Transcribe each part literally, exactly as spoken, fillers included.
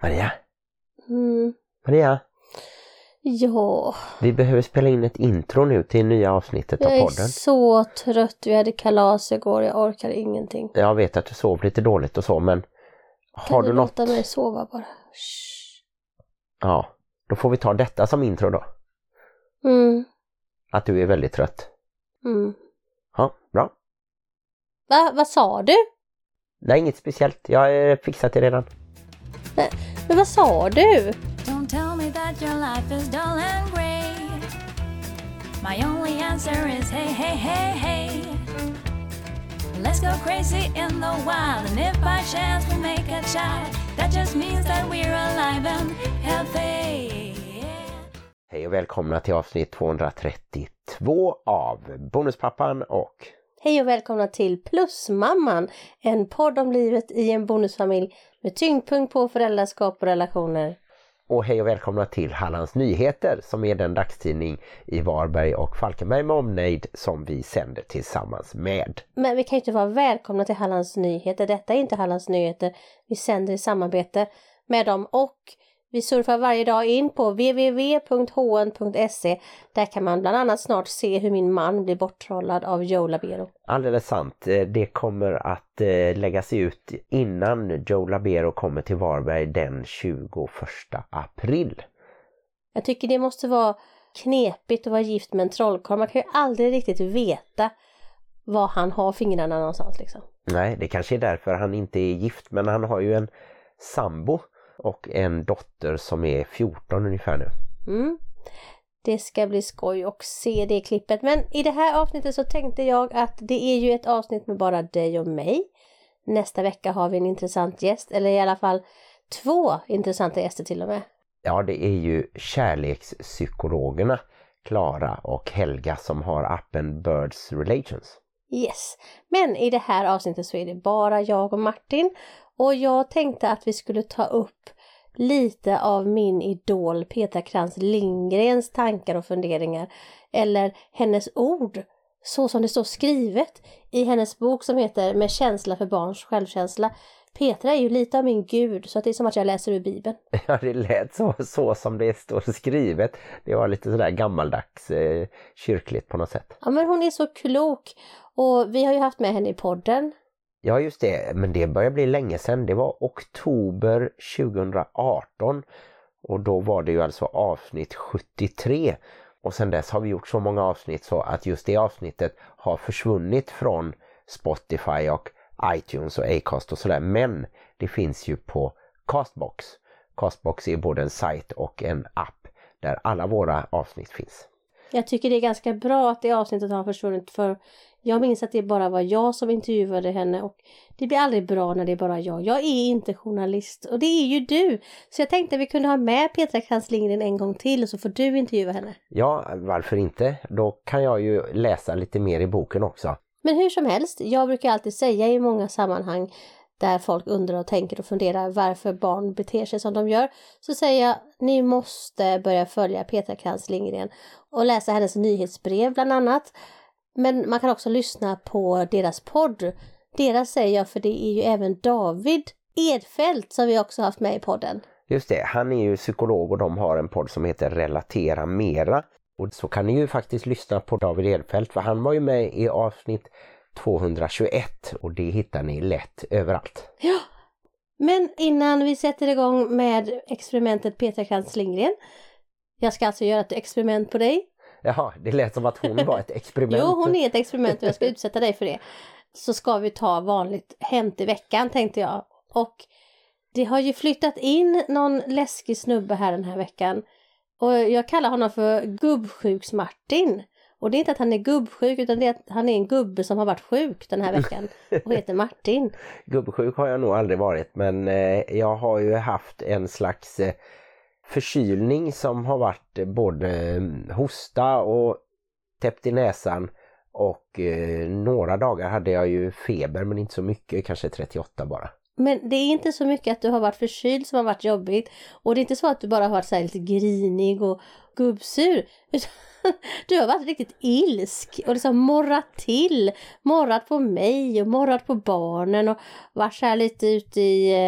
Maria? Mm. Maria? Ja. Vi behöver spela in ett intro nu till nya avsnittet av podden. Jag är så trött. Vi hade kalas igår. Jag orkar ingenting. Jag vet att du sov lite dåligt och så, men har kan du, du något? låta mig sova bara? Shh. Ja, då får vi ta detta som intro då. Mm. Att du är väldigt trött. Mm. Ja, bra. Va? Vad sa du? Nej, inget speciellt. Jag har fixat det redan. Men, men vad sa du? Don't tell me that your life is dull and grey. My only answer is hey, hey, hey, hey. Let's go crazy in the wild. And if by chance we make a child, that just means that we're alive and healthy. Hej och välkomna till avsnitt tvåhundratrettiotvå av Bonuspappan och... Hej och välkomna till Plusmamman, en podd om livet i en bonusfamilj med tyngdpunkt på föräldraskap och relationer. Och hej och välkomna till Hallands Nyheter, som är den dagstidning i Varberg och Falkenberg med omnejd som vi sänder tillsammans med. Men vi kan ju inte vara välkomna till Hallands Nyheter. Detta är inte Hallands Nyheter. Vi sänder i samarbete med dem och vi surfar varje dag in på w w w punkt h n punkt s e. Där kan man bland annat snart se hur min man blir borttrollad av Joe Labero. Alldeles sant. Det kommer att läggas ut innan Joe Labero kommer till Varberg den tjugoförsta april. Jag tycker det måste vara knepigt att vara gift med en trollkarl. Man kan ju aldrig riktigt veta var han har fingrarna någonstans liksom. Nej, det kanske är därför han inte är gift, men han har ju en sambo och en dotter som är fjorton ungefär nu. Mm. Det ska bli skoj att se det klippet. Men i det här avsnittet så tänkte jag att det är ju ett avsnitt med bara dig och mig. Nästa vecka har vi en intressant gäst. Eller i alla fall två intressanta gäster till och med. Ja, det är ju kärlekspsykologerna Klara och Helga som har appen Birds Relations. Yes, men i det här avsnittet så är det bara jag och Martin. Och jag tänkte att vi skulle ta upp lite av min idol Petra Krantz Lindgrens tankar och funderingar. Eller hennes ord, så som det står skrivet i hennes bok som heter Med känsla för barns självkänsla. Petra är ju lite av min gud, så att det är som att jag läser ur Bibeln. Ja, det lät så, så som det står skrivet. Det var lite sådär gammaldags eh, kyrkligt på något sätt. Ja, men hon är så klok. Och vi har ju haft med henne i podden. Ja, just det. Men det börjar bli länge sedan. Det var oktober tjugoarton. Och då var det ju alltså avsnitt sjuttiotre. Och sedan dess har vi gjort så många avsnitt så att just det avsnittet har försvunnit från Spotify och iTunes och Acast och sådär. Men det finns ju på Castbox. Castbox är både en sajt och en app där alla våra avsnitt finns. Jag tycker det är ganska bra att det avsnittet har försvunnit, för jag minns att det bara var jag som intervjuade henne och det blir aldrig bra när det är bara jag. Jag är inte journalist och det är ju du. Så jag tänkte att vi kunde ha med Petra Krantz Lindgren en gång till och så får du intervjua henne. Ja, varför inte? Då kan jag ju läsa lite mer i boken också. Men hur som helst, jag brukar alltid säga i många sammanhang där folk undrar och tänker och funderar varför barn beter sig som de gör, så säger jag, ni måste börja följa Petra Krantz Lindgren och läsa hennes nyhetsbrev bland annat. Men man kan också lyssna på deras podd. Deras säger jag, för det är ju även David Edfält som vi också haft med i podden. Just det, han är ju psykolog och de har en podd som heter Relatera Mera. Och så kan ni ju faktiskt lyssna på David Edfält, för han var ju med i avsnitt tvåhundratjugoett och det hittar ni lätt överallt. Ja, men innan vi sätter igång med experimentet Petra Krantz Lindgren. Jag ska alltså göra ett experiment på dig. Jaha, det lät som att hon var ett experiment. Jo, hon är ett experiment och jag ska utsätta dig för det. Så ska vi ta vanligt Hänt i veckan, tänkte jag. Och det har ju flyttat in någon läskig snubbe här den här veckan. Och jag kallar honom för Gubbsjuks-Martin. Och det är inte att han är gubbsjuk, utan det är att han är en gubbe som har varit sjuk den här veckan och heter Martin. Gubbsjuk har jag nog aldrig varit, men eh, jag har ju haft en slags eh, förkylning som har varit både eh, hosta och täppt i näsan. Och eh, några dagar hade jag ju feber, men inte så mycket, kanske trettioåtta bara. Men det är inte så mycket att du har varit förkyld som har varit jobbigt. Och det är inte så att du bara har varit så här lite grinig och gubbsur. Utan du har varit riktigt ilsk och liksom morrat till. Morrat på mig och morrat på barnen och varit så här lite ute i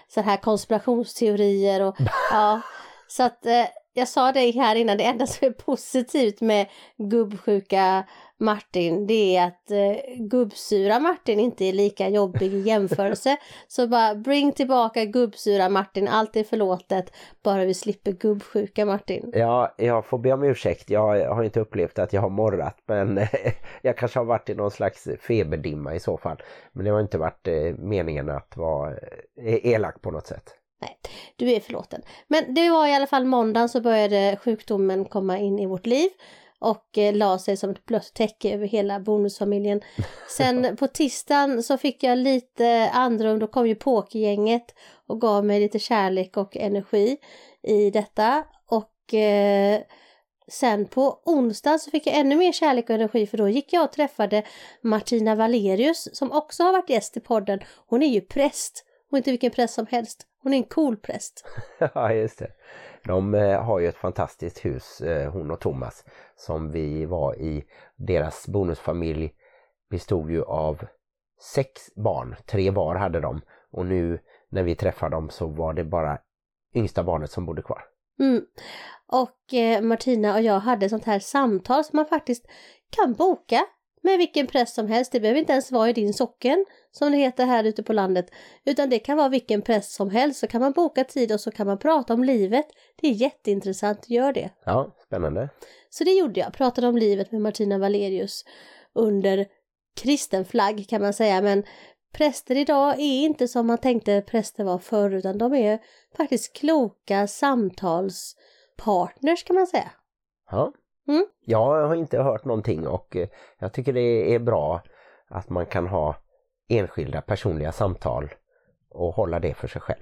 så här konspirationsteorier och ja, så att eh, jag sa det här innan, det enda som är positivt med gubbsjuka Martin, det är att eh, gubbsura Martin inte är lika jobbig i jämförelse. Så bara bring tillbaka gubbsura Martin, allt är förlåtet, bara vi slipper gubbsjuka Martin. Ja, jag får be om ursäkt, jag har inte upplevt att jag har morrat, men jag kanske har varit i någon slags feberdimma i så fall. Men det har inte varit eh, meningen att vara eh, elak på något sätt. Nej, du är förlåten. Men det var i alla fall måndagen så började sjukdomen komma in i vårt liv och eh, la sig som ett blött täcke över hela bonusfamiljen. Sen på tisdagen så fick jag lite andrum, då kom ju pokergänget och gav mig lite kärlek och energi i detta. Och eh, sen på onsdag så fick jag ännu mer kärlek och energi, för då gick jag och träffade Martina Valerius som också har varit gäst i podden. Hon är ju präst, och inte vilken präst som helst. Hon är en cool präst. Ja, just det. De eh, har ju ett fantastiskt hus, eh, hon och Thomas, som vi var i. Deras bonusfamilj bestod ju av sex barn. Tre var hade de. Och nu när vi träffade dem så var det bara yngsta barnet som bodde kvar. Mm. Och eh, Martina och jag hade sånt här samtal som man faktiskt kan boka med vilken präst som helst. Det behöver inte ens vara i din socken, som det heter här ute på landet, utan det kan vara vilken präst som helst. Så kan man boka tid och så kan man prata om livet. Det är jätteintressant, gör det. Ja, spännande. Så det gjorde jag, pratade om livet med Martina Valerius under kristen flagg kan man säga. Men präster idag är inte som man tänkte präster var förr, utan de är faktiskt kloka samtalspartners kan man säga. Ja. Mm. Jag har inte hört någonting och jag tycker det är bra att man kan ha enskilda personliga samtal och hålla det för sig själv.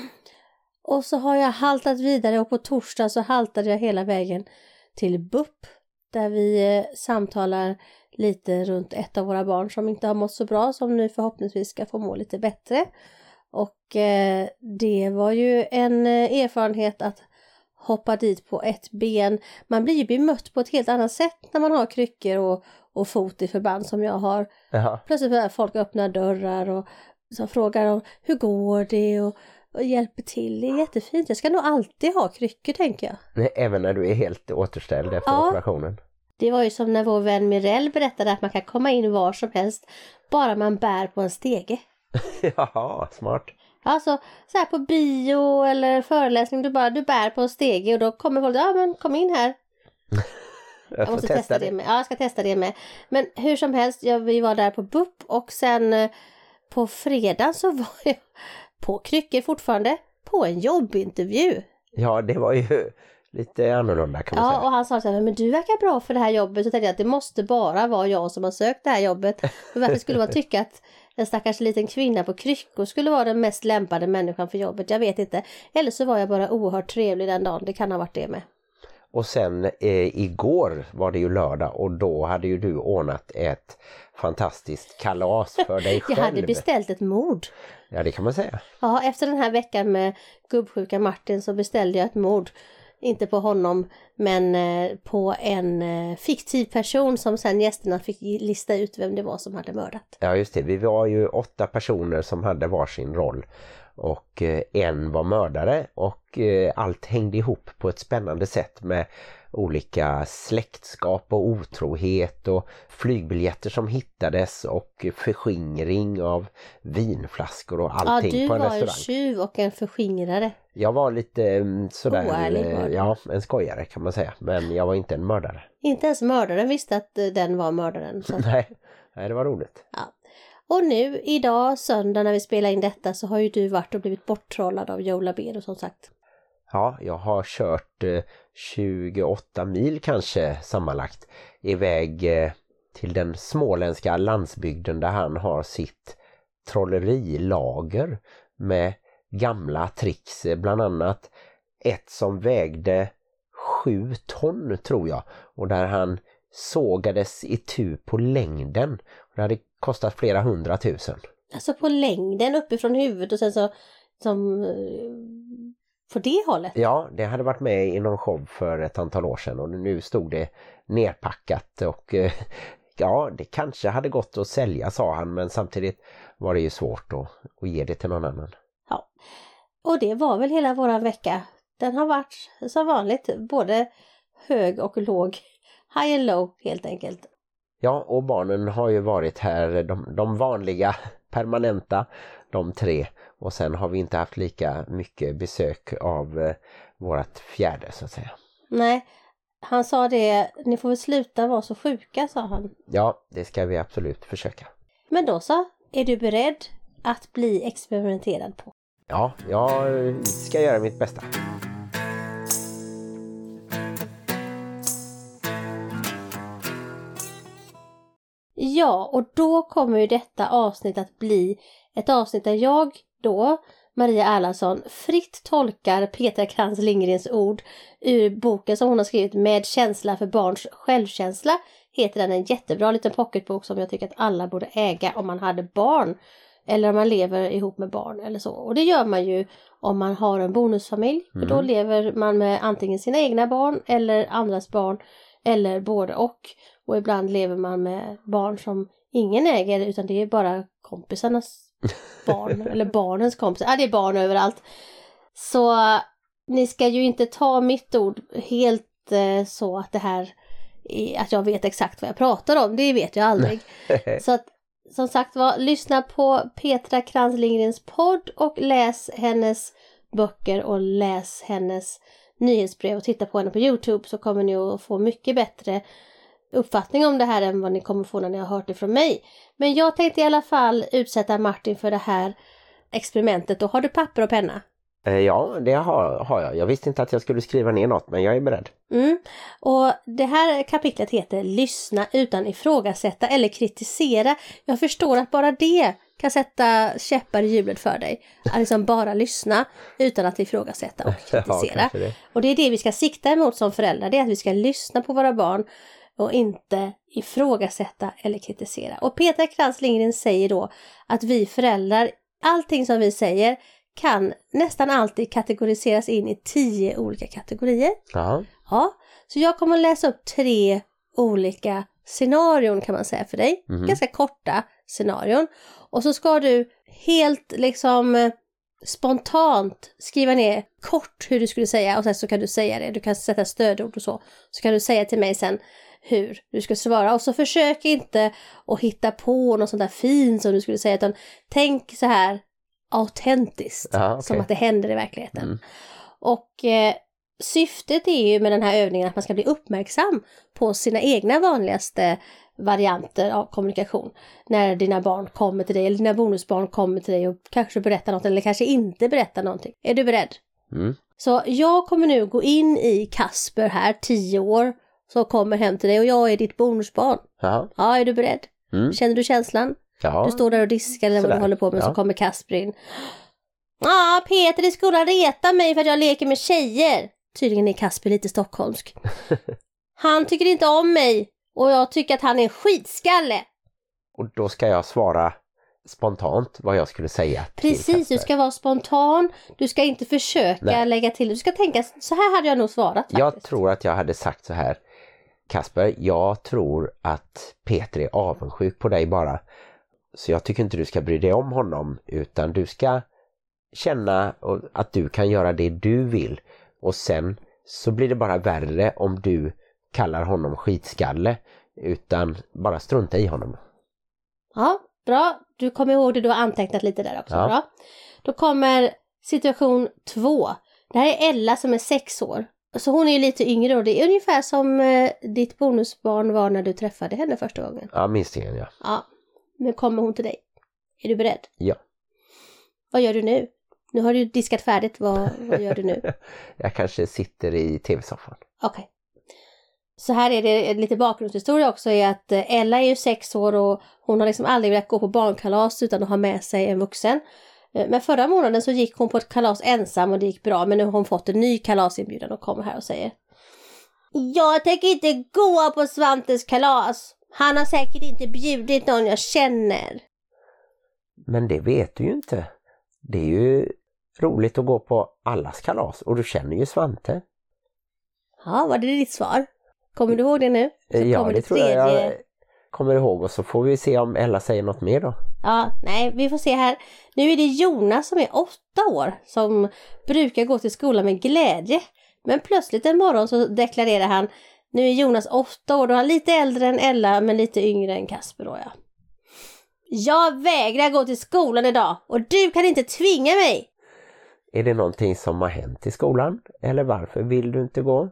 Och så har jag haltat vidare och på torsdag så haltade jag hela vägen till B U P där vi eh, samtalar lite runt ett av våra barn som inte har mått så bra, som nu förhoppningsvis ska få må lite bättre. Och eh, det var ju en eh, erfarenhet att hoppa dit på ett ben. Man blir ju bemött på ett helt annat sätt när man har kryckor och, och fot i förband som jag har. Jaha. Plötsligt börjar folk öppna dörrar och så frågar om hur går det och, och hjälper till. Det är jättefint. Jag ska nog alltid ha kryckor, tänker jag. Nej, även när du är helt återställd efter Ja. operationen. Det var ju som när vår vän Mirelle berättade att man kan komma in var som helst bara man bär på en stege. Jaha, smart. Alltså så här på bio eller föreläsning, du bara du bär på en stege och då kommer folk, ja men kom in här. Jag, Jag får måste testa, testa det. det med. Ja, jag ska testa det med. Men hur som helst, ja, vi var där på B U P och sen eh, på fredag så var jag på kryckor fortfarande på en jobbintervju. Ja, det var ju lite annorlunda kan man Ja, säga. och han sa så här, men du verkar bra för det här jobbet. Så tänkte jag att det måste bara vara jag som har sökt det här jobbet. Och varför skulle man tycka att en stackars liten kvinna på kryckor skulle vara den mest lämpade människan för jobbet? Jag vet inte. Eller så var jag bara oerhört trevlig den dagen. Det kan ha varit det med. Och sen eh, igår var det ju lördag och då hade ju du ordnat ett fantastiskt kalas för dig själv. Jag hade beställt ett mord. Ja, det kan man säga. Ja, efter den här veckan med gubbsjuka Martin så beställde jag ett mord. Inte på honom, men eh, på en eh, fiktiv person som sen gästerna fick lista ut vem det var som hade mördat. Ja, just det. Vi var ju åtta personer som hade varsin roll. Och eh, en var mördare och eh, allt hängde ihop på ett spännande sätt med olika släktskap och otrohet och flygbiljetter som hittades och förskingring av vinflaskor och allting ja, på en restaurang. Ja, du var en tjuv och en förskingrare. Jag var lite mm, sådär, Oärlig eh, ja, en skojare kan man säga, men jag var inte en mördare. Inte ens mördaren visste att eh, den var mördaren. Så. nej, nej, det var roligt. Ja. Och nu, idag, söndag när vi spelar in detta, så har ju du varit och blivit borttrollad av Joe Labero som sagt. Ja, jag har kört eh, tjugoåtta mil kanske sammanlagt iväg eh, till den småländska landsbygden där han har sitt trollerilager med gamla tricks, eh, bland annat ett som vägde sju ton tror jag och där han sågades i tu på längden. Det hade kostat flera hundratusen. Alltså på längden uppifrån huvudet och sen så som på det hållet? Ja, det hade varit med i någon show för ett antal år sedan och nu stod det nerpackat och ja, det kanske hade gått att sälja sa han, men samtidigt var det ju svårt att, att ge det till någon annan. Ja. Och det var väl hela våran vecka. Den har varit som vanligt både hög och låg. High and low helt enkelt. Ja, och barnen har ju varit här, de, de vanliga, permanenta, de tre. Och sen har vi inte haft lika mycket besök av eh, vårat fjärde så att säga. Nej, han sa det, ni får väl sluta vara så sjuka, sa han. Ja, det ska vi absolut försöka. Men då så, är du beredd att bli experimenterad på? Ja, jag ska göra mitt bästa. Ja, och då kommer ju detta avsnitt att bli ett avsnitt där jag då, Maria Erlandsson, fritt tolkar Petra Krantz Lindgrens ord ur boken som hon har skrivit Med känsla för barns självkänsla. Heter den, en jättebra liten pocketbok som jag tycker att alla borde äga om man hade barn. Eller om man lever ihop med barn eller så. Och det gör man ju om man har en bonusfamilj. Mm. För då lever man med antingen sina egna barn eller andras barn. Eller både och. Och ibland lever man med barn som ingen äger utan det är bara kompisarnas barn. eller barnens kompisar. Ja, det är barn överallt. Så ni ska ju inte ta mitt ord helt eh, så att det här är, att jag vet exakt vad jag pratar om. Det vet jag aldrig. Så att som sagt var, lyssna på Petra Krantz Lindgrens podd och läs hennes böcker och läs hennes nyhetsbrev och titta på henne på YouTube, så kommer ni att få mycket bättre uppfattning om det här än vad ni kommer få när ni har hört det från mig. Men jag tänkte i alla fall utsätta Martin för det här experimentet. Och har du papper och penna? Ja, det har, har jag. Jag visste inte att jag skulle skriva ner något, men jag är beredd. Mm. Och det här kapitlet heter Lyssna utan ifrågasätta eller kritisera. Jag förstår att bara det kan sätta käppar i hjulet för dig. Att liksom bara lyssna utan att ifrågasätta och kritisera. Ja, det. Och det är det vi ska sikta emot som föräldrar. Det är att vi ska lyssna på våra barn och inte ifrågasätta eller kritisera. Och Petra Krantz Lindgren säger då att vi föräldrar, allting som vi säger kan nästan alltid kategoriseras in i tio olika kategorier. Ja. Ja, så jag kommer att läsa upp tre olika scenarion kan man säga för dig. Mm. Ganska korta scenarion. Och så ska du helt liksom spontant skriva ner kort hur du skulle säga och sen så kan du säga det. Du kan sätta stödord och så. Så kan du säga till mig sen hur du ska svara. Och så försök inte att hitta på något sånt där fint som du skulle säga, utan tänk så här autentiskt. Ja, okay. Som att det händer i verkligheten. Mm. Och eh, syftet är ju med den här övningen att man ska bli uppmärksam på sina egna vanligaste varianter av kommunikation. När dina barn kommer till dig eller dina bonusbarn kommer till dig och kanske berättar något eller kanske inte berättar någonting. Är du beredd? Mm. Så jag kommer nu gå in i Kasper här, tio år, som kommer hem till dig och jag är ditt bonusbarn. Ja, ja är du beredd? Mm. Känner du känslan? Ja. Du står där och diskar eller vad Sådär. du håller på med, ja. Så kommer Kasper in. Ja, ah, Peter i skolan retar mig för att jag leker med tjejer. Tydligen är Kasper lite stockholmsk. Han tycker inte om mig och jag tycker att han är en skitskalle. Och då ska jag svara spontant vad jag skulle säga. Precis, du ska vara spontan. Du ska inte försöka Nej. lägga till. Du ska tänka, så här hade jag nog svarat faktiskt. Jag tror att jag hade sagt så här. Kasper, jag tror att Peter är avundsjuk på dig bara. Så jag tycker inte du ska bry dig om honom, utan du ska känna att du kan göra det du vill. Och sen så blir det bara värre om du kallar honom skitskalle, utan bara strunta i honom. Ja, bra. Du kommer ihåg det, du har antecknat lite där också. Ja. Bra. Då kommer situation två. Det här är Ella som är sex år. Så hon är ju lite yngre och det är ungefär som eh, ditt bonusbarn var när du träffade henne första gången. Ja, minst det, ja. Ja, nu kommer hon till dig. Är du beredd? Ja. Vad gör du nu? Nu har du diskat färdigt. Vad, vad gör du nu? Jag kanske sitter i tv-soffan. Okej. Okay. Så här är det lite bakgrundshistoria också, är att Ella är ju sex år och hon har liksom aldrig velat gå på barnkalas utan att ha med sig en vuxen. Men förra månaden så gick hon på ett kalas ensam och det gick bra, men nu har hon fått en ny kalasinbjudan och kommer här och säger: jag tänker inte gå på Svantes kalas. Han har säkert inte bjudit någon jag känner. Men det vet du ju inte. Det är ju roligt att gå på allas kalas och du känner ju Svante. Ja, var det ditt svar? Kommer du ihåg det nu? Så ja, det, det tror jag. Jag kommer ihåg och så får vi se om Ella säger något mer då. Ja, nej, vi får se här. Nu är det Jonas som är åtta år som brukar gå till skolan med glädje. Men plötsligt en morgon så deklarerar han, nu är Jonas åtta år, då är han lite äldre än Ella men lite yngre än Kasper då, ja. Jag vägrar gå till skolan idag och du kan inte tvinga mig. Är det någonting som har hänt i skolan? Eller varför vill du inte gå?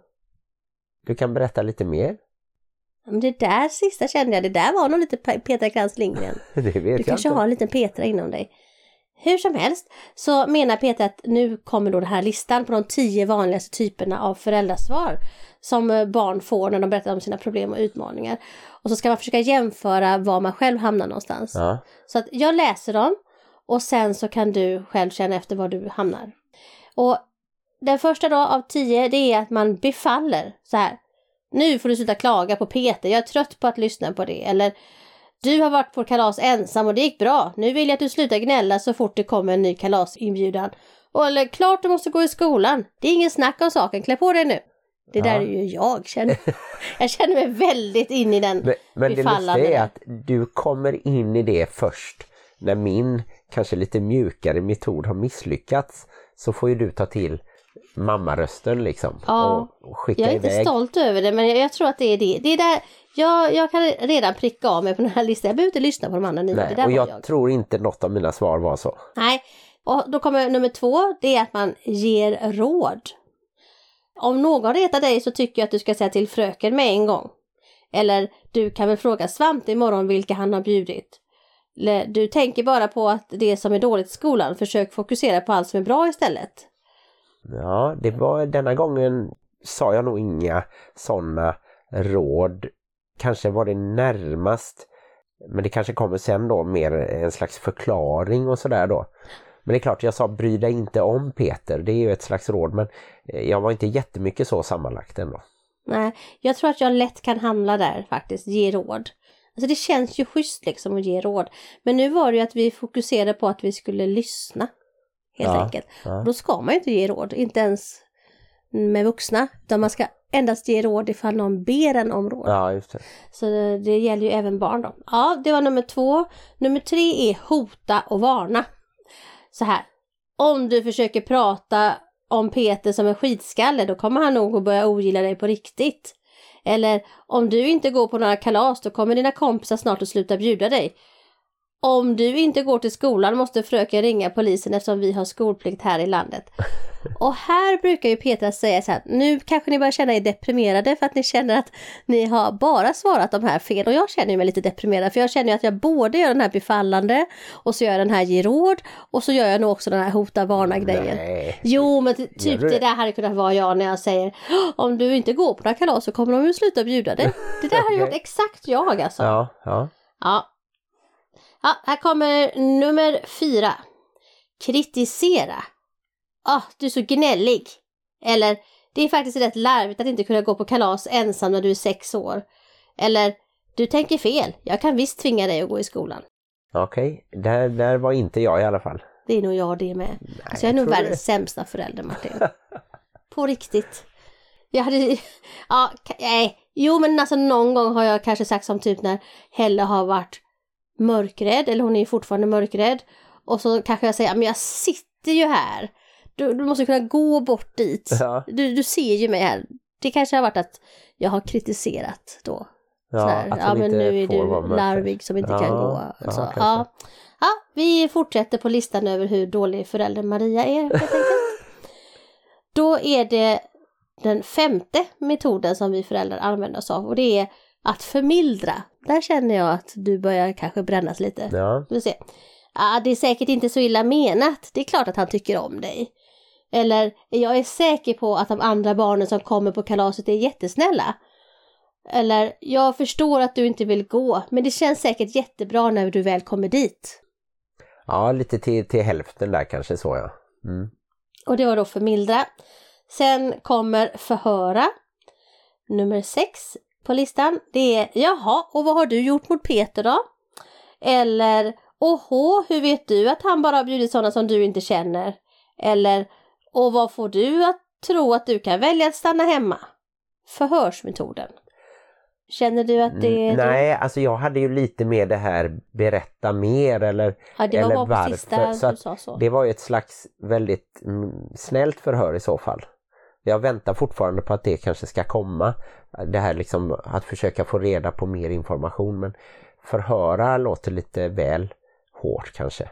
Du kan berätta lite mer. Men det där sista kände jag, det där var nog lite Petra Krantz Lindgren. Det vet du jag kanske inte. har en liten Petra inom dig. Hur som helst så menar Petra att nu kommer då den här listan på de tio vanligaste typerna av föräldrasvar som barn får när de berättar om sina problem och utmaningar. Och så ska man försöka jämföra var man själv hamnar någonstans. Ja. Så att jag läser dem och sen så kan du själv känna efter var du hamnar. Och den första då av tio, det är att man befaller så här. Nu får du sluta klaga på Peter, jag är trött på att lyssna på det. Eller du har varit på kalas ensam och det gick bra. Nu vill jag att du slutar gnälla så fort det kommer en ny kalasinbjudan. Och eller klart du måste gå i skolan. Det är ingen snack om saken, klä på dig nu. Det Ja. där är ju jag känner. Jag känner mig väldigt in i den Men, men det befallande lustiga är där. att du kommer in i det först när min kanske lite mjukare metod har misslyckats. Så får ju du ta till mammarösten liksom. Ja. Och, och skicka Jag är inte iväg. stolt över det, men jag, jag tror att det är det. Det är där, jag, jag kan redan pricka av mig på den här listan. Jag behöver inte lyssna på de andra nio. Det Nej, där och var jag, jag. tror inte något av mina svar var så. Nej, och då kommer nummer två. Det är att man ger råd. Om någon retar dig så tycker jag att du ska säga till fröken med en gång. Eller du kan väl fråga Svante imorgon vilka han har bjudit. Eller, du tänker bara på att det som är dåligt i skolan. Försök fokusera på allt som är bra istället. Ja, det var denna gången sa jag nog inga sådana råd. Kanske var det närmast, men det kanske kommer sen då mer en slags förklaring och sådär då. Men det är klart, jag sa bry dig inte om Peter, det är ju ett slags råd, men jag var inte jättemycket så sammanlagt ändå. Nej, jag tror att jag lätt kan hamna där faktiskt, ge råd. Alltså det känns ju schysst liksom att ge råd. Men nu var det ju att vi fokuserade på att vi skulle lyssna. Helt Ja, enkelt. ja. Och då ska man ju inte ge råd, inte ens med vuxna. Utan man ska endast ge råd ifall någon ber en om råd. Ja, just det. Så det, det gäller ju även barn då. Ja, det var nummer två. Nummer tre är hota och varna. Så här. Om du försöker prata om Peter som en skitskalle, då kommer han nog att börja ogilla dig på riktigt. Eller om du inte går på några kalas, då kommer dina kompisar snart att sluta bjuda dig. Om du inte går till skolan måste fröken ringa polisen eftersom vi har skolplikt här i landet. Och här brukar ju Petra säga så här, nu kanske ni börjar känna er deprimerade för att ni känner att ni har bara svarat de här fel. Och jag känner mig lite deprimerad för jag känner att jag både gör den här befallande och så gör jag den här ge råd och så gör jag nog också den här hota varna grejen. Nej. Jo, men ty- Gör typ du det det? där hade kunnat vara jag när jag säger om du inte går på några kalas så kommer de ju sluta bjuda dig. Det där har Okej. gjort exakt jag alltså. Ja, ja. Ja. Ja, här kommer nummer fyra. Kritisera. Ah, du är så gnällig. Eller, det är faktiskt rätt larvigt att inte kunna gå på kalas ensam när du är sex år. Eller, du tänker fel. Jag kan visst tvinga dig att gå i skolan. Okej, där, där var inte jag i alla fall. Det är nog jag det med. Nej, alltså jag är nog tror världens sämsta förälder, Martin. På riktigt. Jag hade, ja, nej. Jo, men alltså någon gång har jag kanske sagt som typ när Helle har varit mörkrädd, eller hon är fortfarande mörkrädd. Och så kanske jag säger, men jag sitter ju här. Du, du måste kunna gå bort dit. Ja. Du, du ser ju mig här. Det kanske har varit att jag har kritiserat då. Ja, Sådär, att ja hon men inte nu är får vara du mörkrädd. larvig som inte Ja, kan gå. ja, Så, kanske. ja. Ja, vi fortsätter på listan över hur dålig förälder Maria är. Helt enkelt. Då är det den femte metoden som vi föräldrar använder oss av. Och det är att förmildra. Där känner jag att du börjar kanske brännas lite. Ja. Du ser. Ja, det är säkert inte så illa menat. Det är klart att han tycker om dig. Eller, jag är säker på att de andra barnen som kommer på kalaset är jättesnälla. Eller, jag förstår att du inte vill gå. Men det känns säkert jättebra när du väl kommer dit. Ja, lite till, till hälften där kanske så, ja. Mm. Och det var då förmildra. Sen kommer förhöra. Nummer sex på listan. Det är, jaha, och vad har du gjort mot Peter då? Eller, åhå, hur vet du att han bara har bjudit sådana som du inte känner? Eller, och vad får du att tro att du kan välja att stanna hemma? Förhörsmetoden. Känner du att det är... Nej, alltså jag hade ju lite mer det här berätta mer eller, ja, det var eller bara på varför. sista Så du sa så. Det var ju ett slags väldigt mm, snällt förhör i så fall. Jag väntar fortfarande på att det kanske ska komma. Det här liksom att försöka få reda på mer information. Men förhöra låter lite väl hårt kanske.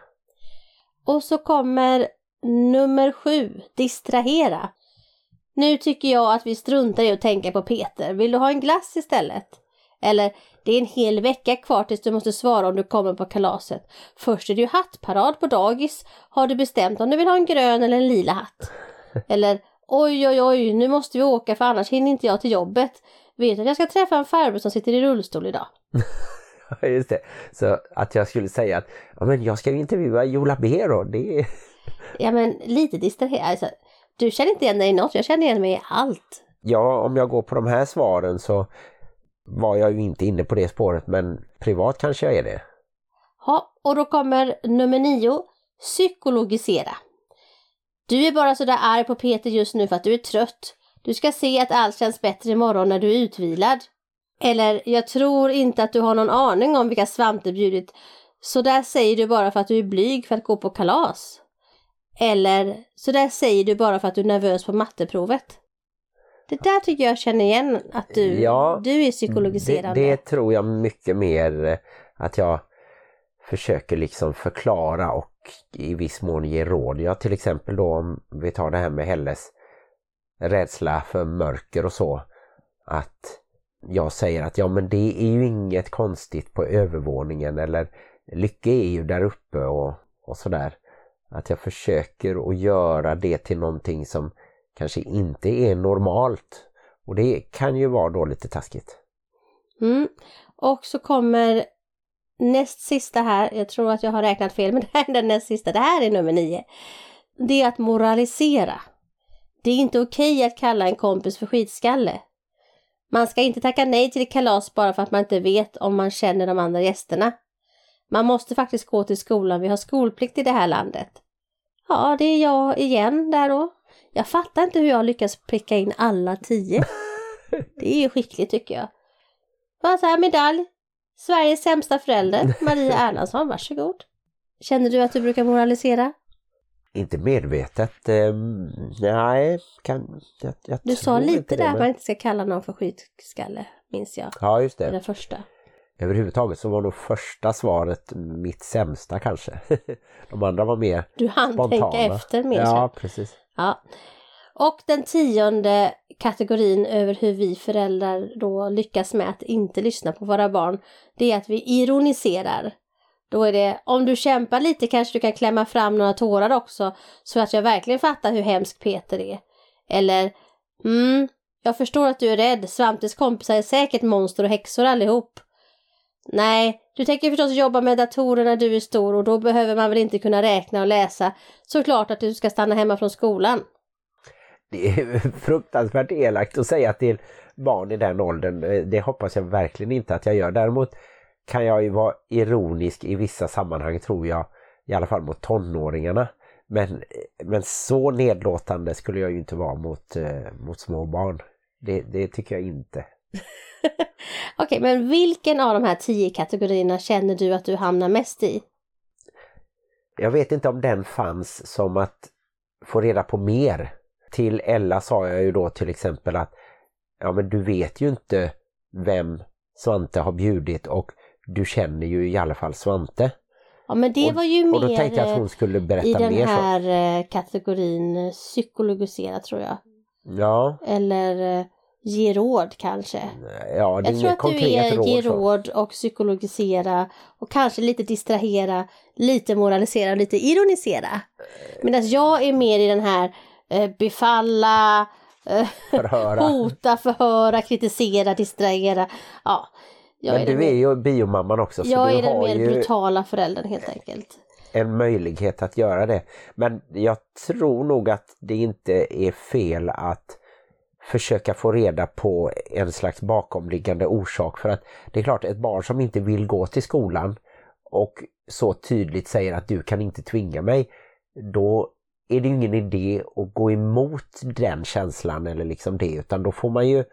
Och så kommer nummer sju, distrahera. Nu tycker jag att vi struntar i att tänka på Peter. Vill du ha en glass istället? Eller, det är en hel vecka kvar tills du måste svara om du kommer på kalaset. Först är det ju hattparad på dagis. Har du bestämt om du vill ha en grön eller en lila hatt? Eller, oj oj oj, nu måste vi åka för annars hinner inte jag till jobbet. Vet du att jag ska träffa en farbror som sitter i rullstol idag? Ja, just det. Så att jag skulle säga att ja, men jag ska ju intervjua Joe Labero. Det är... Ja, men lite distraherad. Alltså, du känner inte igen dig i något, jag känner igen mig i allt. Ja, om jag går på de här svaren så var jag ju inte inne på det spåret, men privat kanske jag är det. Ja, och då kommer nummer nio, psykologisera. Du är bara så där arg på Peter just nu för att du är trött. Du ska se att allt känns bättre imorgon när du är utvilad. Eller, jag tror inte att du har någon aning om vilka svamp du bjudit. Så där säger du bara för att du är blyg för att gå på kalas. Eller, så där säger du bara för att du är nervös på matteprovet. Det där tycker jag känner igen att du, ja, du är psykologiserande. Det, det tror jag mycket mer att jag försöker liksom förklara och i viss mån ge råd. Jag till exempel då om vi tar det här med Helles rädsla för mörker och så. Att jag säger att ja men det är ju inget konstigt på övervåningen eller Lycke är ju där uppe och, och sådär. Att jag försöker att göra det till någonting som kanske inte är normalt. Och det kan ju vara då lite taskigt. Mm. Och så kommer näst sista här. Jag tror att jag har räknat fel, men det här är den näst sista. Det här är nummer nio. Det är att moralisera. Det är inte okej att kalla en kompis för skitskalle. Man ska inte tacka nej till kalas bara för att man inte vet om man känner de andra gästerna. Man måste faktiskt gå till skolan. Vi har skolplikt i det här landet. Ja, det är jag igen där då. Jag fattar inte hur jag lyckas pricka in alla tio. Det är ju skickligt tycker jag. Vad så här medalj? Sveriges sämsta förälder, Maria Erlandsson, varsågod. Känner du att du brukar moralisera? Inte medvetet. Eh, nej, kan, jag, jag du sa lite där det, att men... man inte ska kalla någon för skitskalle, minns jag. Ja, just det. Det, det första. Överhuvudtaget så var nog första svaret mitt sämsta kanske. De andra var mer du hann spontana. Tänka efter mer. Ja, precis. Ja. Och den tionde kategorin över hur vi föräldrar då lyckas med att inte lyssna på våra barn, det är att vi ironiserar. Då är det, om du kämpar lite kanske du kan klämma fram några tårar också så att jag verkligen fattar hur hemsk Peter är. Eller, mm, jag förstår att du är rädd, Svantes kompisar är säkert monster och häxor allihop. Nej, du tänker förstås jobba med datorer när du är stor och då behöver man väl inte kunna räkna och läsa. Såklart att du ska stanna hemma från skolan. Det är fruktansvärt elakt att säga till barn i den åldern. Det hoppas jag verkligen inte att jag gör. Däremot kan jag ju vara ironisk i vissa sammanhang tror jag. I alla fall mot tonåringarna. Men, men så nedlåtande skulle jag ju inte vara mot, eh, mot små barn. Det, det tycker jag inte. Okej, okay, men vilken av de här tio kategorierna känner du att du hamnar mest i? Jag vet inte om den fanns som att få reda på mer. Till Ella sa jag ju då till exempel att ja men du vet ju inte vem Svante har bjudit och du känner ju i alla fall Svante. Ja men det och, var ju mer och då tänkte jag att hon skulle berätta i den mer här så. Kategorin psykologisera tror jag. Ja. Eller ge råd kanske. Ja, det är jag tror att du är råd, ge så. råd och psykologisera och kanske lite distrahera, lite moralisera och lite ironisera. Medan jag är mer i den här eh, befalla, eh, förhöra. hota, förhöra, kritisera, distrahera. Ja. Jag Men är du mer, är ju biomamman också. Så jag du är den har mer ju brutala föräldern helt enkelt. En möjlighet att göra det. Men jag tror nog att det inte är fel att försöka få reda på en slags bakomliggande orsak. För att det är klart, ett barn som inte vill gå till skolan och så tydligt säger att du kan inte tvinga mig, då är det ju ingen idé att gå emot den känslan eller liksom det, utan då får man ju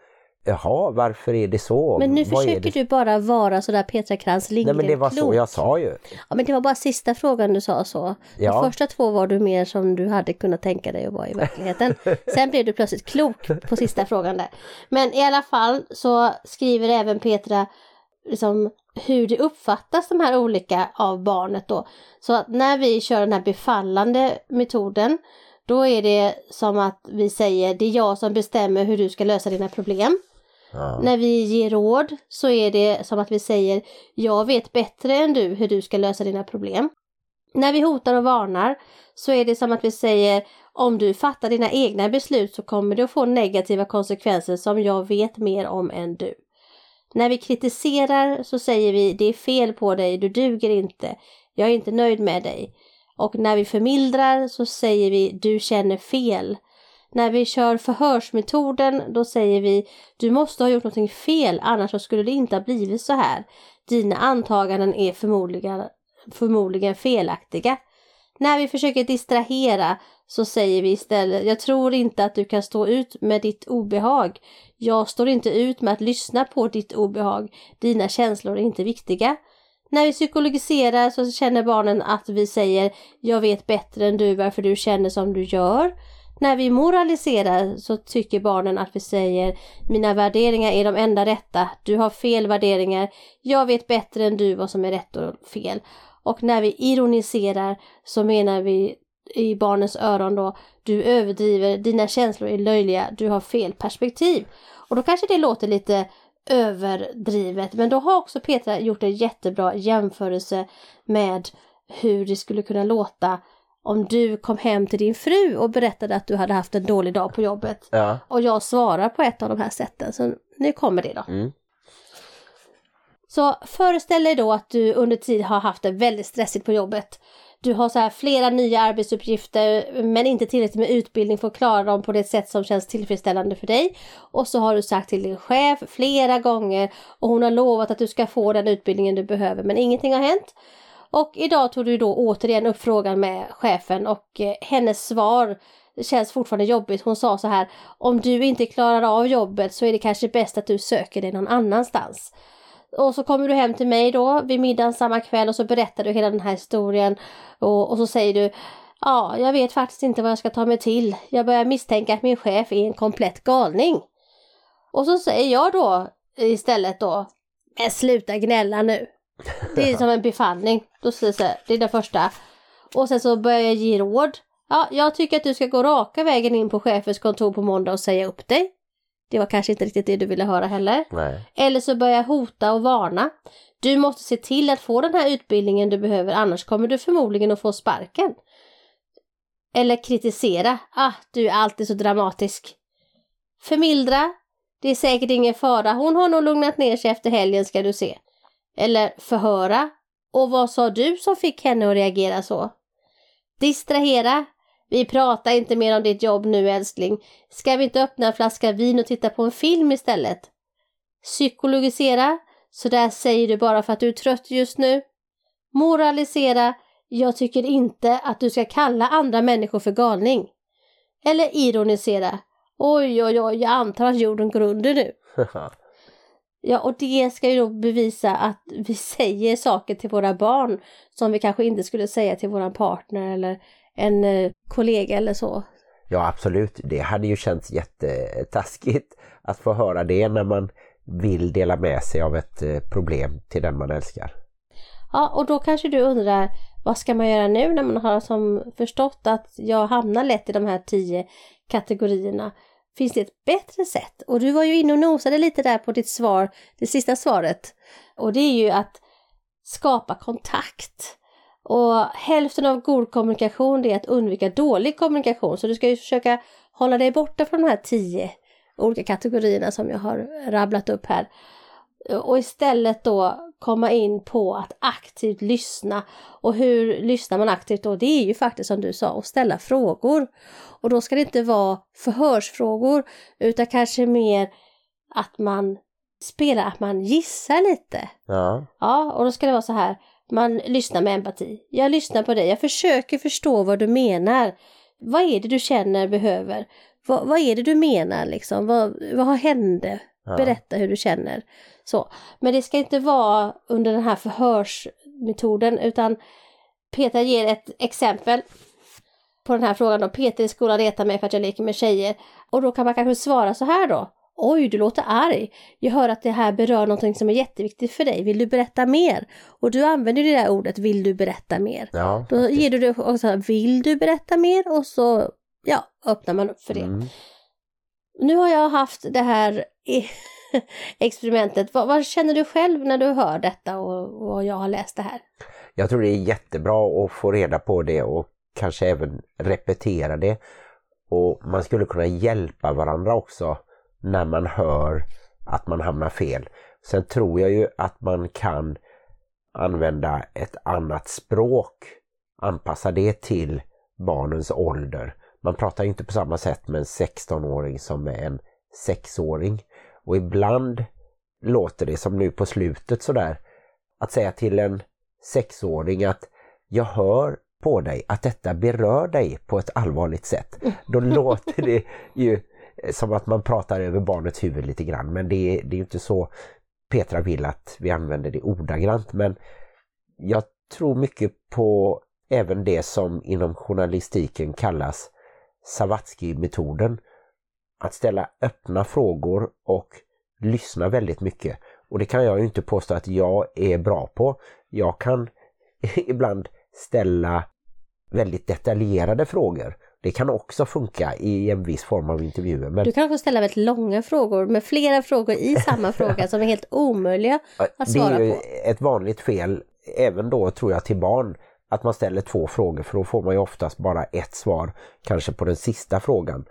jaha, varför är det så? Men nu Vad försöker du bara vara sådär Petra Krantz Lindgren. Nej, men det var klok. så jag sa ju. Ja, men det var bara sista frågan du sa så. Ja. De första två var du mer som du hade kunnat tänka dig att vara i verkligheten. Sen blev du plötsligt klok på sista frågan där. Men i alla fall så skriver även Petra liksom hur det uppfattas de här olika av barnet då. Så att när vi kör den här befallande metoden, då är det som att vi säger det är jag som bestämmer hur du ska lösa dina problem. Ja. När vi ger råd så är det som att vi säger jag vet bättre än du hur du ska lösa dina problem. När vi hotar och varnar så är det som att vi säger om du fattar dina egna beslut så kommer det att få negativa konsekvenser som jag vet mer om än du. När vi kritiserar så säger vi det är fel på dig, du duger inte, jag är inte nöjd med dig. Och när vi förmildrar så säger vi du känner fel. När vi kör förhörsmetoden då säger vi du måste ha gjort någonting fel annars så skulle det inte ha blivit så här. Dina antaganden är förmodligen, förmodligen felaktiga. När vi försöker distrahera så säger vi istället jag tror inte att du kan stå ut med ditt obehag. Jag står inte ut med att lyssna på ditt obehag. Dina känslor är inte viktiga. När vi psykologiserar så känner barnen att vi säger jag vet bättre än du varför du känner som du gör. När vi moraliserar så tycker barnen att vi säger mina värderingar är de enda rätta. Du har fel värderingar. Jag vet bättre än du vad som är rätt och fel. Och när vi ironiserar så menar vi i barnens öron då du överdriver, dina känslor är löjliga, du har fel perspektiv. Och då kanske det låter lite överdrivet, men då har också Petra gjort en jättebra jämförelse med hur det skulle kunna låta om du kom hem till din fru och berättade att du hade haft en dålig dag på jobbet. Ja. Och jag svarar på ett av de här sätten, så nu kommer det då. Mm. Så föreställ dig då att du under tid har haft det väldigt stressigt på jobbet. Du har så här flera nya arbetsuppgifter men inte tillräckligt med utbildning för att klara dem på det sätt som känns tillfredsställande för dig. Och så har du sagt till din chef flera gånger och hon har lovat att du ska få den utbildningen du behöver men ingenting har hänt. Och idag tog du då återigen upp frågan med chefen och eh, hennes svar känns fortfarande jobbigt. Hon sa så här, om du inte klarar av jobbet så är det kanske bäst att du söker dig någon annanstans. Och så kommer du hem till mig då vid middagen samma kväll och så berättar du hela den här historien. Och, och så säger du, ja jag vet faktiskt inte vad jag ska ta mig till. Jag börjar misstänka att min chef är en komplett galning. Och så säger jag då istället då, men sluta gnälla nu. Det är som en befallning. Då säger jag, det är det första. Och sen så börjar jag ge råd. Ja, jag tycker att du ska gå raka vägen in på chefens kontor på måndag och säga upp dig. Det var kanske inte riktigt det du ville höra heller. Nej. Eller så börjar jag hota och varna. Du måste se till att få den här utbildningen du behöver. Annars kommer du förmodligen att få sparken. Eller kritisera. Ah, du är alltid så dramatisk. Förmildra. Det är säkert ingen fara. Hon har nog lugnat ner sig efter helgen ska du se. Eller förhöra. Och vad sa du som fick henne att reagera så? Distrahera. Vi pratar inte mer om ditt jobb nu älskling. Ska vi inte öppna en flaska vin och titta på en film istället? Psykologisera. Så där säger du bara för att du är trött just nu. Moralisera. Jag tycker inte att du ska kalla andra människor för galning. Eller ironisera. Oj oj oj, jag antar att jorden går under nu. Ja, och det ska ju då bevisa att vi säger saker till våra barn som vi kanske inte skulle säga till våran partner eller en eh, kollega eller så. Ja, absolut. Det hade ju känts jättetaskigt att få höra det när man vill dela med sig av ett eh, problem till den man älskar. Ja, och då kanske du undrar, vad ska man göra nu när man har som förstått att jag hamnar lätt i de här tio kategorierna? Finns det ett bättre sätt? Och du var ju inne och nosade lite där på ditt svar, det sista svaret. Och det är ju att skapa kontakt. Och hälften av god kommunikation är att undvika dålig kommunikation. Så du ska ju försöka hålla dig borta från de här tio olika kategorierna som jag har rabblat upp här. Och istället då komma in på att aktivt lyssna. Och hur lyssnar man aktivt då? Det är ju faktiskt som du sa, att ställa frågor. Och då ska det inte vara förhörsfrågor utan kanske mer att man spelar, att man gissar lite. Ja. Ja, och då ska det vara så här. Man lyssnar med empati. Jag lyssnar på dig. Jag försöker förstå vad du menar. Vad är det du känner behöver? vad, vad är det du menar liksom? Vad, vad hände? Ja. Berätta hur du känner. Så. Men det ska inte vara under den här förhörsmetoden, utan Petra ger ett exempel på den här frågan då. Peter i skolan retar mig för att jag leker med tjejer. Och då kan man kanske svara så här då. Oj, du låter arg. Jag hör att det här berör något som är jätteviktigt för dig. Vill du berätta mer? Och du använder det där ordet, vill du berätta mer? Ja, då faktiskt. Ger du det också, vill du berätta mer? Och så, ja, öppnar man upp för det. Mm. Nu har jag haft det här experimentet. Vad, vad känner du själv när du hör detta och, och jag har läst det här? Jag tror det är jättebra att få reda på det och kanske även repetera det. Och man skulle kunna hjälpa varandra också när man hör att man hamnar fel. Sen tror jag ju att man kan använda ett annat språk, anpassa det till barnens ålder. Man pratar inte på samma sätt med en sexton-åring som med en sexåring. Och ibland låter det som nu på slutet sådär, att säga till en sexåring att jag hör på dig att detta berör dig på ett allvarligt sätt. Då låter det ju som att man pratar över barnets huvud lite grann. Men det är, det är ju inte så Petra vill att vi använder det ordagrant. Men jag tror mycket på även det som inom journalistiken kallas Sawatzki-metoden. Att ställa öppna frågor och lyssna väldigt mycket. Och det kan jag ju inte påstå att jag är bra på. Jag kan ibland ställa väldigt detaljerade frågor. Det kan också funka i en viss form av intervjuer. Men... Du kan också ställa väldigt långa frågor med flera frågor i samma fråga som är helt omöjliga att svara på. Det är ju på. Ett vanligt fel, även då tror jag till barn, att man ställer två frågor, för då får man ju oftast bara ett svar, kanske på den sista frågan.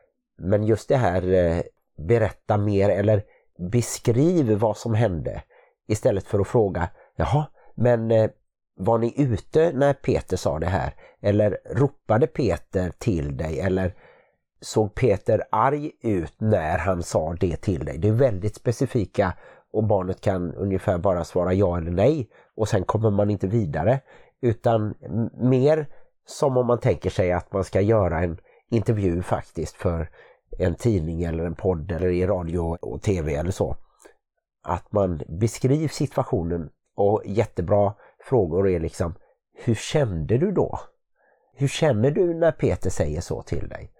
Men just det här, eh, berätta mer eller beskriv vad som hände, istället för att fråga, jaha, men eh, var ni ute när Peter sa det här? Eller ropade Peter till dig? Eller såg Peter arg ut när han sa det till dig? Det är väldigt specifika och barnet kan ungefär bara svara ja eller nej. Och sen kommer man inte vidare. Utan mer som om man tänker sig att man ska göra en intervju faktiskt för en tidning eller en podd eller i radio och tv eller så. Att man beskriver situationen, och jättebra frågor är liksom, hur kände du då? Hur känner du när Peter säger så till dig?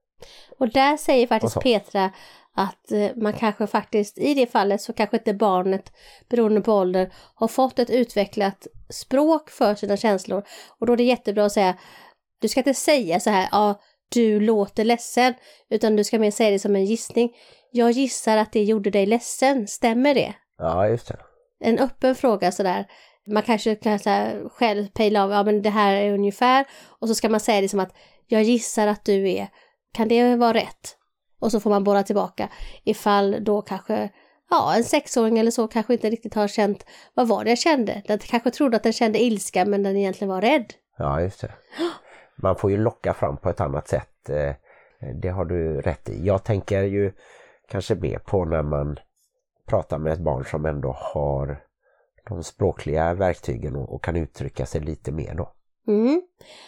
Och där säger faktiskt Petra att man kanske faktiskt, i det fallet så kanske inte barnet, beroende på ålder, har fått ett utvecklat språk för sina känslor. Och då är det jättebra att säga, du ska inte säga så här, ja, du låter ledsen, utan du ska mer säga det som en gissning. Jag gissar att det gjorde dig ledsen, stämmer det? Ja, just det. En öppen fråga sådär. Man kanske kan säga, själv pejla av, ja men det här är ungefär. Och så ska man säga det som att, jag gissar att du är, kan det vara rätt? Och så får man bolla tillbaka. Ifall då kanske, ja en sexåring eller så kanske inte riktigt har känt, vad var det jag kände? Den kanske trodde att den kände ilska, men den egentligen var rädd. Ja, just det. Man får ju locka fram på ett annat sätt. Det har du rätt i. Jag tänker ju kanske mer på när man pratar med ett barn som ändå har de språkliga verktygen och kan uttrycka sig lite mer då. Mm.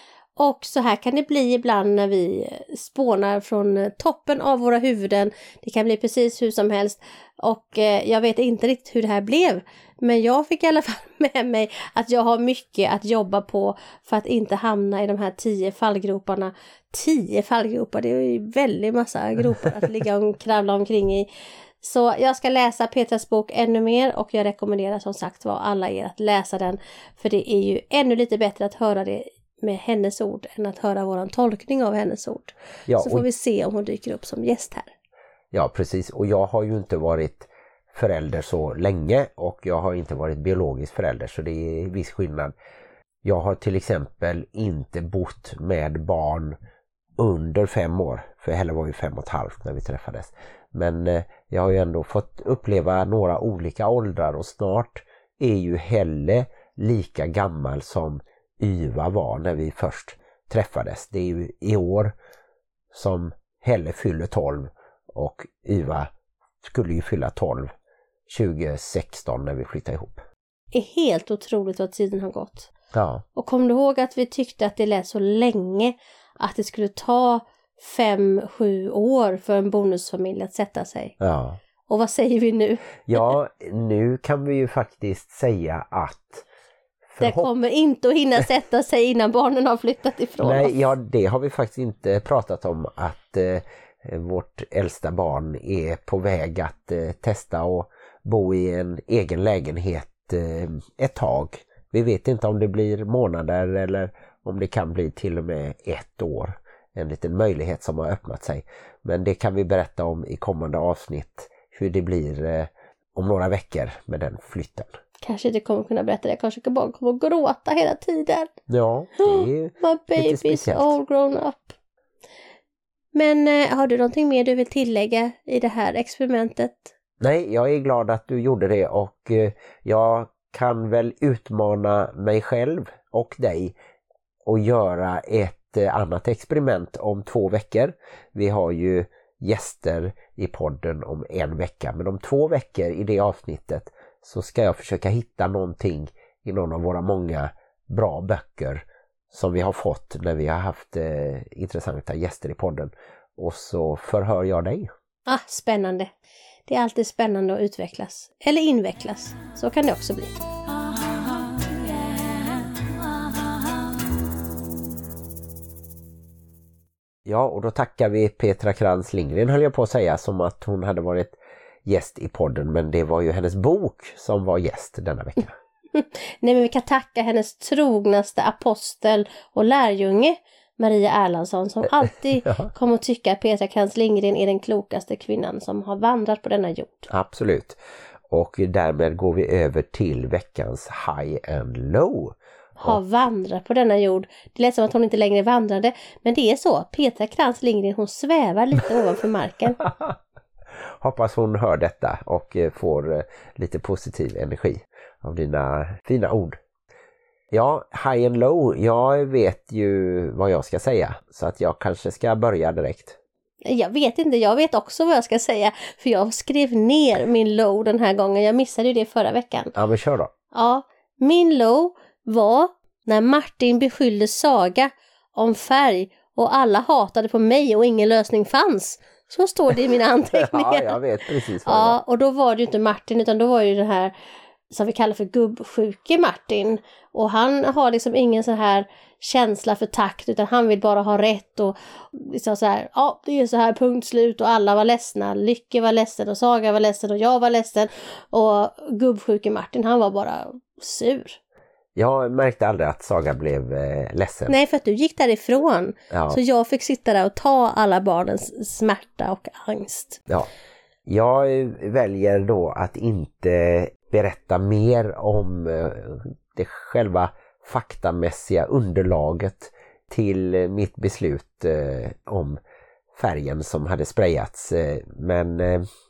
Och så här kan det bli ibland när vi spånar från toppen av våra huvuden. Det kan bli precis hur som helst. Och eh, jag vet inte riktigt hur det här blev. Men jag fick i alla fall med mig att jag har mycket att jobba på för att inte hamna i de här tio fallgroparna. Tio fallgropar, det är ju väldigt massa gropar att ligga och kravla omkring i. Så jag ska läsa Petras bok ännu mer, och jag rekommenderar som sagt var alla er att läsa den. För det är ju ännu lite bättre att höra det med hennes ord än att höra våran tolkning av hennes ord. Ja, så får och... vi se om hon dyker upp som gäst här. Ja, precis. Och jag har ju inte varit förälder så länge, och jag har inte varit biologisk förälder, så det är en viss skillnad. Jag har till exempel inte bott med barn under fem år, för Helle var ju fem och ett halvt när vi träffades. Men eh, jag har ju ändå fått uppleva några olika åldrar, och snart är ju Helle lika gammal som Yva var när vi först träffades. Det är ju i år som Helle fyller tolv, och Yva skulle ju fylla tolv tjugo sexton när vi flyttade ihop. Det är helt otroligt vad tiden har gått. Ja. Och kom du ihåg att vi tyckte att det lät så länge att det skulle ta fem, sju år för en bonusfamilj att sätta sig. Ja. Och vad säger vi nu? Ja, nu kan vi ju faktiskt säga att det kommer inte att hinna sätta sig innan barnen har flyttat ifrån Nej, oss. ja, det har vi faktiskt inte pratat om, att eh, vårt äldsta barn är på väg att eh, testa och bo i en egen lägenhet eh, ett tag. Vi vet inte om det blir månader eller om det kan bli till och med ett år. En liten möjlighet som har öppnat sig. Men det kan vi berätta om i kommande avsnitt, hur det blir eh, om några veckor med den flytten. Kanske inte kommer kunna berätta det. Jag kanske bara kommer att gråta hela tiden. Ja, det är My baby's all grown up. Men eh, har du någonting mer du vill tillägga i det här experimentet? Nej, jag är glad att du gjorde det, och eh, jag kan väl utmana mig själv och dig och göra ett eh, annat experiment om två veckor. Vi har ju gäster i podden om en vecka, men om två veckor i det avsnittet så ska jag försöka hitta någonting i någon av våra många bra böcker som vi har fått när vi har haft eh, intressanta gäster i podden. Och så förhör jag dig. Ah, spännande. Det är alltid spännande att utvecklas. Eller invecklas. Så kan det också bli. Ja, och då tackar vi Petra Krantz Lindgren, höll jag på att säga, som att hon hade varit gäst i podden, men det var ju hennes bok som var gäst denna vecka. Nej, men vi kan tacka hennes trognaste apostel och lärjunge, Maria Erlandsson, som alltid ja. kommer att tycka att Petra Krantz Lindgren är den klokaste kvinnan som har vandrat på denna jord. Absolut. Och därmed går vi över till veckans High and Low. Har vandrat på denna jord. Det lät som att hon inte längre vandrade, men det är så. Petra Krantz Lindgren, hon svävar lite ovanför marken. Hoppas hon hör detta och får lite positiv energi av dina fina ord. Ja, high and low. Jag vet ju vad jag ska säga, så att jag kanske ska börja direkt. Jag vet inte, jag vet också vad jag ska säga, för jag skrev ner min low den här gången. Jag missade ju det förra veckan. Ja, men kör då. Ja, min low var när Martin beskyllde Saga om färg och alla hatade på mig och ingen lösning fanns. Så står det i mina anteckningar. Ja, jag vet precis vad det Ja, var. och då var det ju inte Martin, utan då var det ju den här som vi kallar för gubbsjuke Martin. Och han har liksom ingen så här känsla för takt, utan han vill bara ha rätt och liksom så här, ja, det är så här punkt slut, och alla var ledsna. Lycke var ledsen och Saga var ledsen och jag var ledsen, och gubbsjuke Martin, han var bara sur. Jag märkte aldrig att Saga blev eh, ledsen. Nej, för att du gick därifrån. Ja. Så jag fick sitta där och ta alla barnens smärta och angst. Ja. Jag väljer då att inte berätta mer om det själva faktamässiga underlaget till mitt beslut om färgen som hade sprayats. Men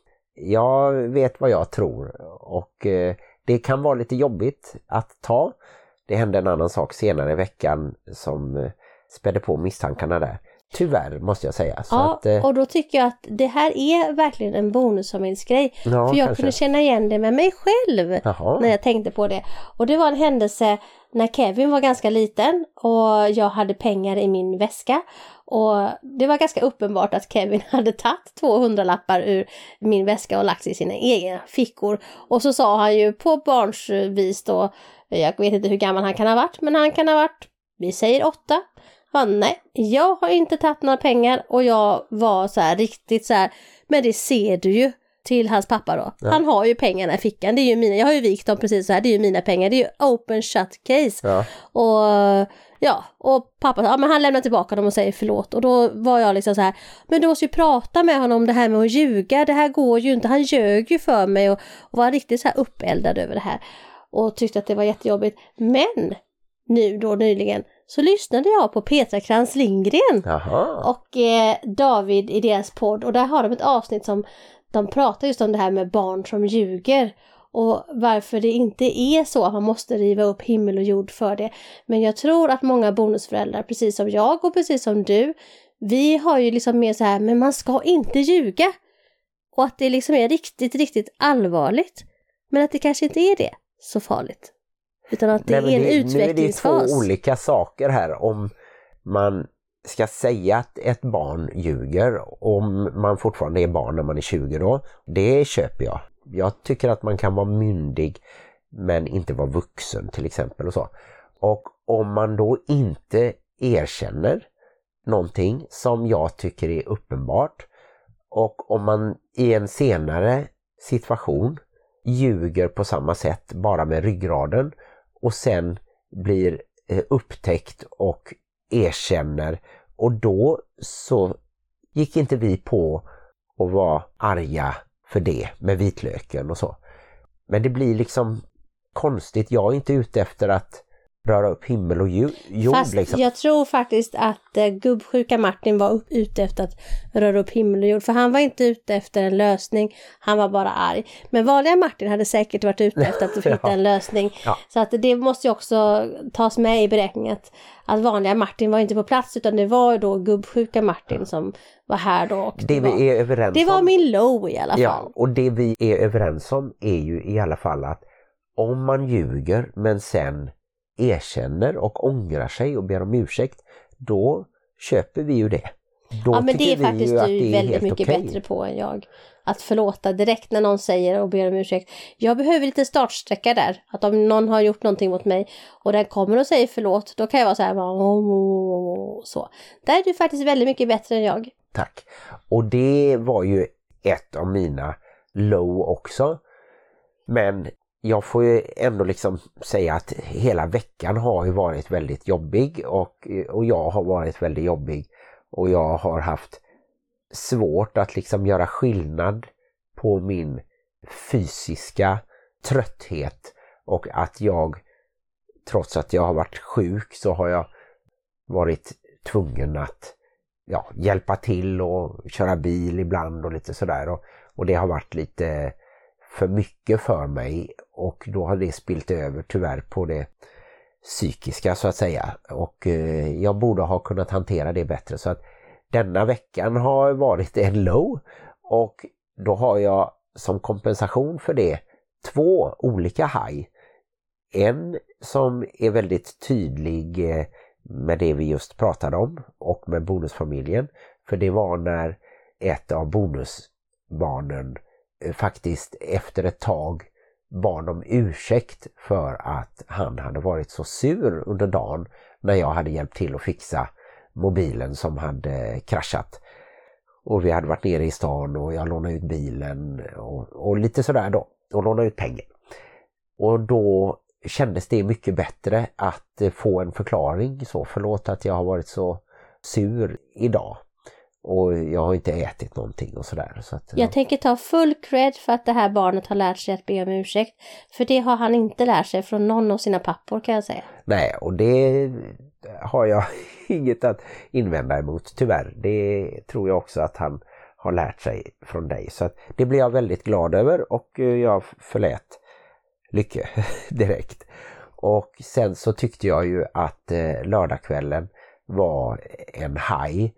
jag vet vad jag tror, och det kan vara lite jobbigt att ta. Det hände en annan sak senare i veckan som spädde på misstankarna där. Tyvärr måste jag säga. Så ja, att, eh... och då tycker jag att det här är verkligen en bonusfamiljsgrej. Ja, för jag kanske. kunde känna igen det med mig själv. Jaha. När jag tänkte på det. Och det var en händelse när Kevin var ganska liten och jag hade pengar i min väska. Och det var ganska uppenbart att Kevin hade tagit tvåhundra lappar ur min väska och lagt sig i sina egna fickor. Och så sa han ju på barnsvis då, jag vet inte hur gammal han kan ha varit, men han kan ha varit, vi säger åtta. Ja, nej, jag har inte tagit några pengar, och jag var så här riktigt så här, men det ser du ju, till hans pappa då. Ja. Han har ju pengarna i fickan, det är ju mina, jag har ju vikt dem precis så här, det är ju mina pengar, det är ju open shut case. Ja. Och ja, och pappa, ja men han lämnar tillbaka dem och säger förlåt, och då var jag liksom så här, men du måste ju prata med honom om det här med att ljuga, det här går ju inte, han ljög ju för mig, och, och var riktigt så här uppeldad över det här och tyckte att det var jättejobbigt. Men nu då nyligen så lyssnade jag på Petra Krantz Lindgren. Jaha. Och eh, David i deras podd, och där har de ett avsnitt som de pratar just om det här med barn som ljuger och varför det inte är så att man måste riva upp himmel och jord för det. Men jag tror att många bonusföräldrar, precis som jag och precis som du, vi har ju liksom mer så här, men man ska inte ljuga, och att det liksom är riktigt, riktigt allvarligt, men att det kanske inte är det så farligt. Utan att det Nej, är en det, utvecklingsfas. Nu är det två olika saker här. Om man ska säga att ett barn ljuger om man fortfarande är barn när man är tjugo då, det köper jag. Jag tycker att man kan vara myndig men inte vara vuxen till exempel och så. Och om man då inte erkänner någonting som jag tycker är uppenbart och om man i en senare situation ljuger på samma sätt bara med ryggraden och sen blir upptäckt och erkänner, och då så gick inte vi på att vara arga för det med vitlöken och så. Men det blir liksom konstigt. Jag är inte ute efter att röra upp himmel och jord. Fast liksom. Jag tror faktiskt att eh, gubbsjuka Martin var upp, ute efter att röra upp himmel och jord. För han var inte ute efter en lösning. Han var bara arg. Men vanliga Martin hade säkert varit ute efter att hitta ja. en lösning. Ja. Så att det måste ju också tas med i beräkningen. Att, att vanliga Martin var inte på plats, utan det var då gubbsjuka Martin som var här då. Och det det, vi var, är överens det var om, min low i alla fall. Ja, och det vi är överens om är ju i alla fall att om man ljuger men sen erkänner och ångrar sig och ber om ursäkt, då köper vi ju det. Då ja, men det är faktiskt du är väldigt mycket okej. bättre på än jag. Att förlåta direkt när någon säger och ber om ursäkt. Jag behöver lite startsträcka där. Att om någon har gjort någonting mot mig och den kommer och säger förlåt, då kan jag vara så här så. Där är du faktiskt väldigt mycket bättre än jag. Tack. Och det var ju ett av mina low också. Men jag får ju ändå liksom säga att hela veckan har ju varit väldigt jobbig och, och jag har varit väldigt jobbig och jag har haft svårt att liksom göra skillnad på min fysiska trötthet och att jag, trots att jag har varit sjuk, så har jag varit tvungen att ja, hjälpa till och köra bil ibland och lite sådär, och, och det har varit lite för mycket för mig, och då har det spilt över tyvärr på det psykiska så att säga, och eh, jag borde ha kunnat hantera det bättre, så att denna veckan har varit en low, och då har jag som kompensation för det två olika high. En som är väldigt tydlig eh, med det vi just pratade om och med bonusfamiljen, för det var när ett av bonusbarnen faktiskt efter ett tag bad om ursäkt för att han hade varit så sur under dagen när jag hade hjälpt till att fixa mobilen som hade kraschat. Och vi hade varit nere i stan och jag lånade ut bilen och, och lite sådär då. Och lånade ut pengar. Och då kändes det mycket bättre att få en förklaring. Så förlåt att jag har varit så sur idag. Och jag har inte ätit någonting och sådär. Så att, ja. Jag tänker ta full cred för att det här barnet har lärt sig att be om ursäkt. För det har han inte lärt sig från någon av sina pappor, kan jag säga. Nej, och det har jag inget att invända emot, tyvärr. Det tror jag också att han har lärt sig från dig. Så att det blir jag väldigt glad över, och jag förlät Lycke direkt. Och sen så tyckte jag ju att lördagskvällen var en high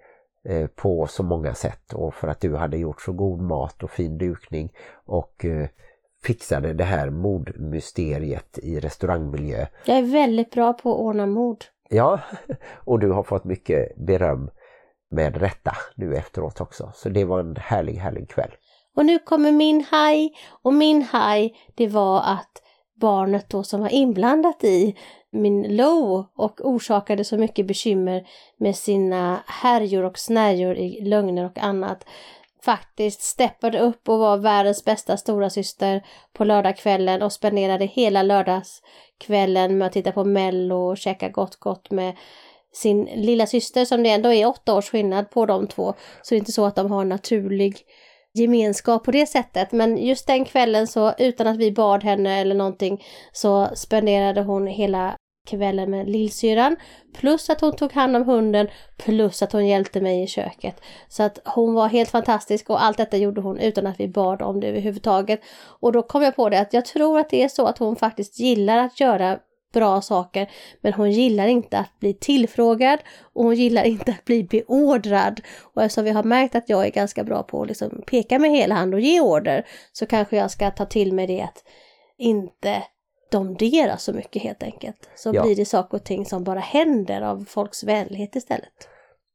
på så många sätt, och för att du hade gjort så god mat och fin dukning och eh, fixade det här mordmysteriet i restaurangmiljö. Jag är väldigt bra på att ordna mord. Ja, och du har fått mycket beröm med rätta nu efteråt också, så det var en härlig, härlig kväll. Och nu kommer min high, och min high, det var att barnet då som var inblandat i min low och orsakade så mycket bekymmer med sina härjor och snärjor i lögner och annat, faktiskt steppade upp och var världens bästa stora syster på lördagskvällen och spenderade hela lördagskvällen med att titta på Mello och käka gott gott med sin lilla syster, som det ändå är åtta års skillnad på de två, så det är inte så att de har en naturlig gemenskap på det sättet. Men just den kvällen, så utan att vi bad henne eller någonting, så spenderade hon hela kvällen med lillsyran, plus att hon tog hand om hunden, plus att hon hjälpte mig i köket. Så att hon var helt fantastisk, och allt detta gjorde hon utan att vi bad om det överhuvudtaget. Och då kom jag på det att jag tror att det är så att hon faktiskt gillar att göra bra saker, men hon gillar inte att bli tillfrågad, och hon gillar inte att bli beordrad. Och eftersom vi har märkt att jag är ganska bra på att liksom peka med hela hand och ge order, så kanske jag ska ta till mig det att inte domdera så mycket helt enkelt. Så ja. blir det saker och ting som bara händer av folks vänlighet istället.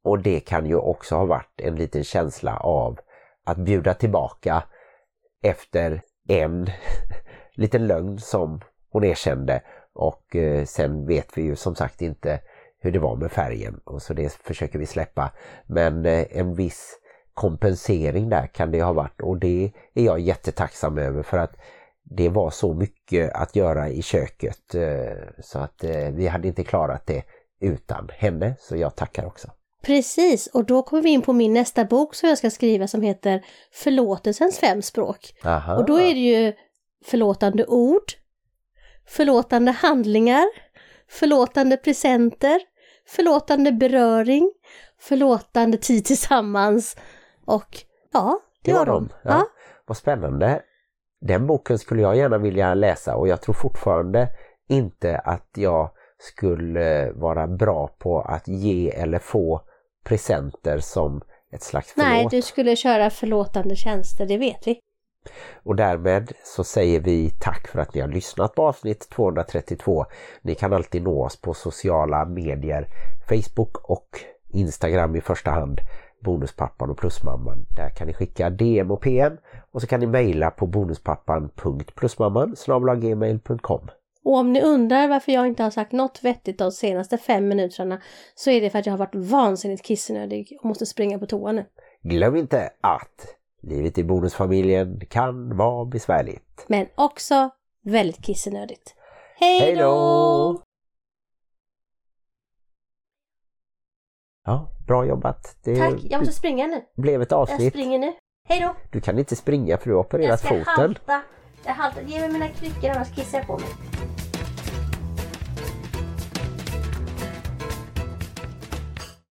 Och det kan ju också ha varit en liten känsla av att bjuda tillbaka efter en liten lögn som hon erkände. Och eh, sen vet vi ju som sagt inte hur det var med färgen. Och så det försöker vi släppa. Men eh, en viss kompensering där kan det ha varit. Och det är jag jättetacksam över, för att det var så mycket att göra i köket. Eh, så att eh, vi hade inte klarat det utan henne. Så jag tackar också. Precis, och då kommer vi in på min nästa bok som jag ska skriva, som heter Förlåtelsens fem språk. Aha. Och då är det ju förlåtande ord, förlåtande handlingar, förlåtande presenter, förlåtande beröring, förlåtande tid tillsammans. Och ja, det, det var var de. Ja. Ja. Vad spännande. Den boken skulle jag gärna vilja läsa, och jag tror fortfarande inte att jag skulle vara bra på att ge eller få presenter som ett slags förlåt. Nej, du skulle köra förlåtande tjänster, det vet vi. Och därmed så säger vi tack för att ni har lyssnat på avsnitt tvåhundratrettiotvå. Ni kan alltid nå oss på sociala medier, Facebook och Instagram i första hand, Bonuspappan och Plusmamman. Där kan ni skicka D M och P M, och så kan ni mejla på bonuspappan punkt plusmamman snabel-a gmail punkt com. Och om ni undrar varför jag inte har sagt något vettigt de senaste fem minuterna, så är det för att jag har varit vansinnigt kissnödig och måste springa på toa nu. Glöm inte att livet i bonusfamiljen kan vara besvärligt. Men också väldigt kissnödigt. Hej Hej då! då! Ja, bra jobbat. Det Tack, jag måste springa nu. blev ett avsnitt. Jag springer nu. Hej då! Du kan inte springa för du har opererat Jag ska foten. halta. Jag haltar. Ge mig mina kryckor, annars kissar jag på mig.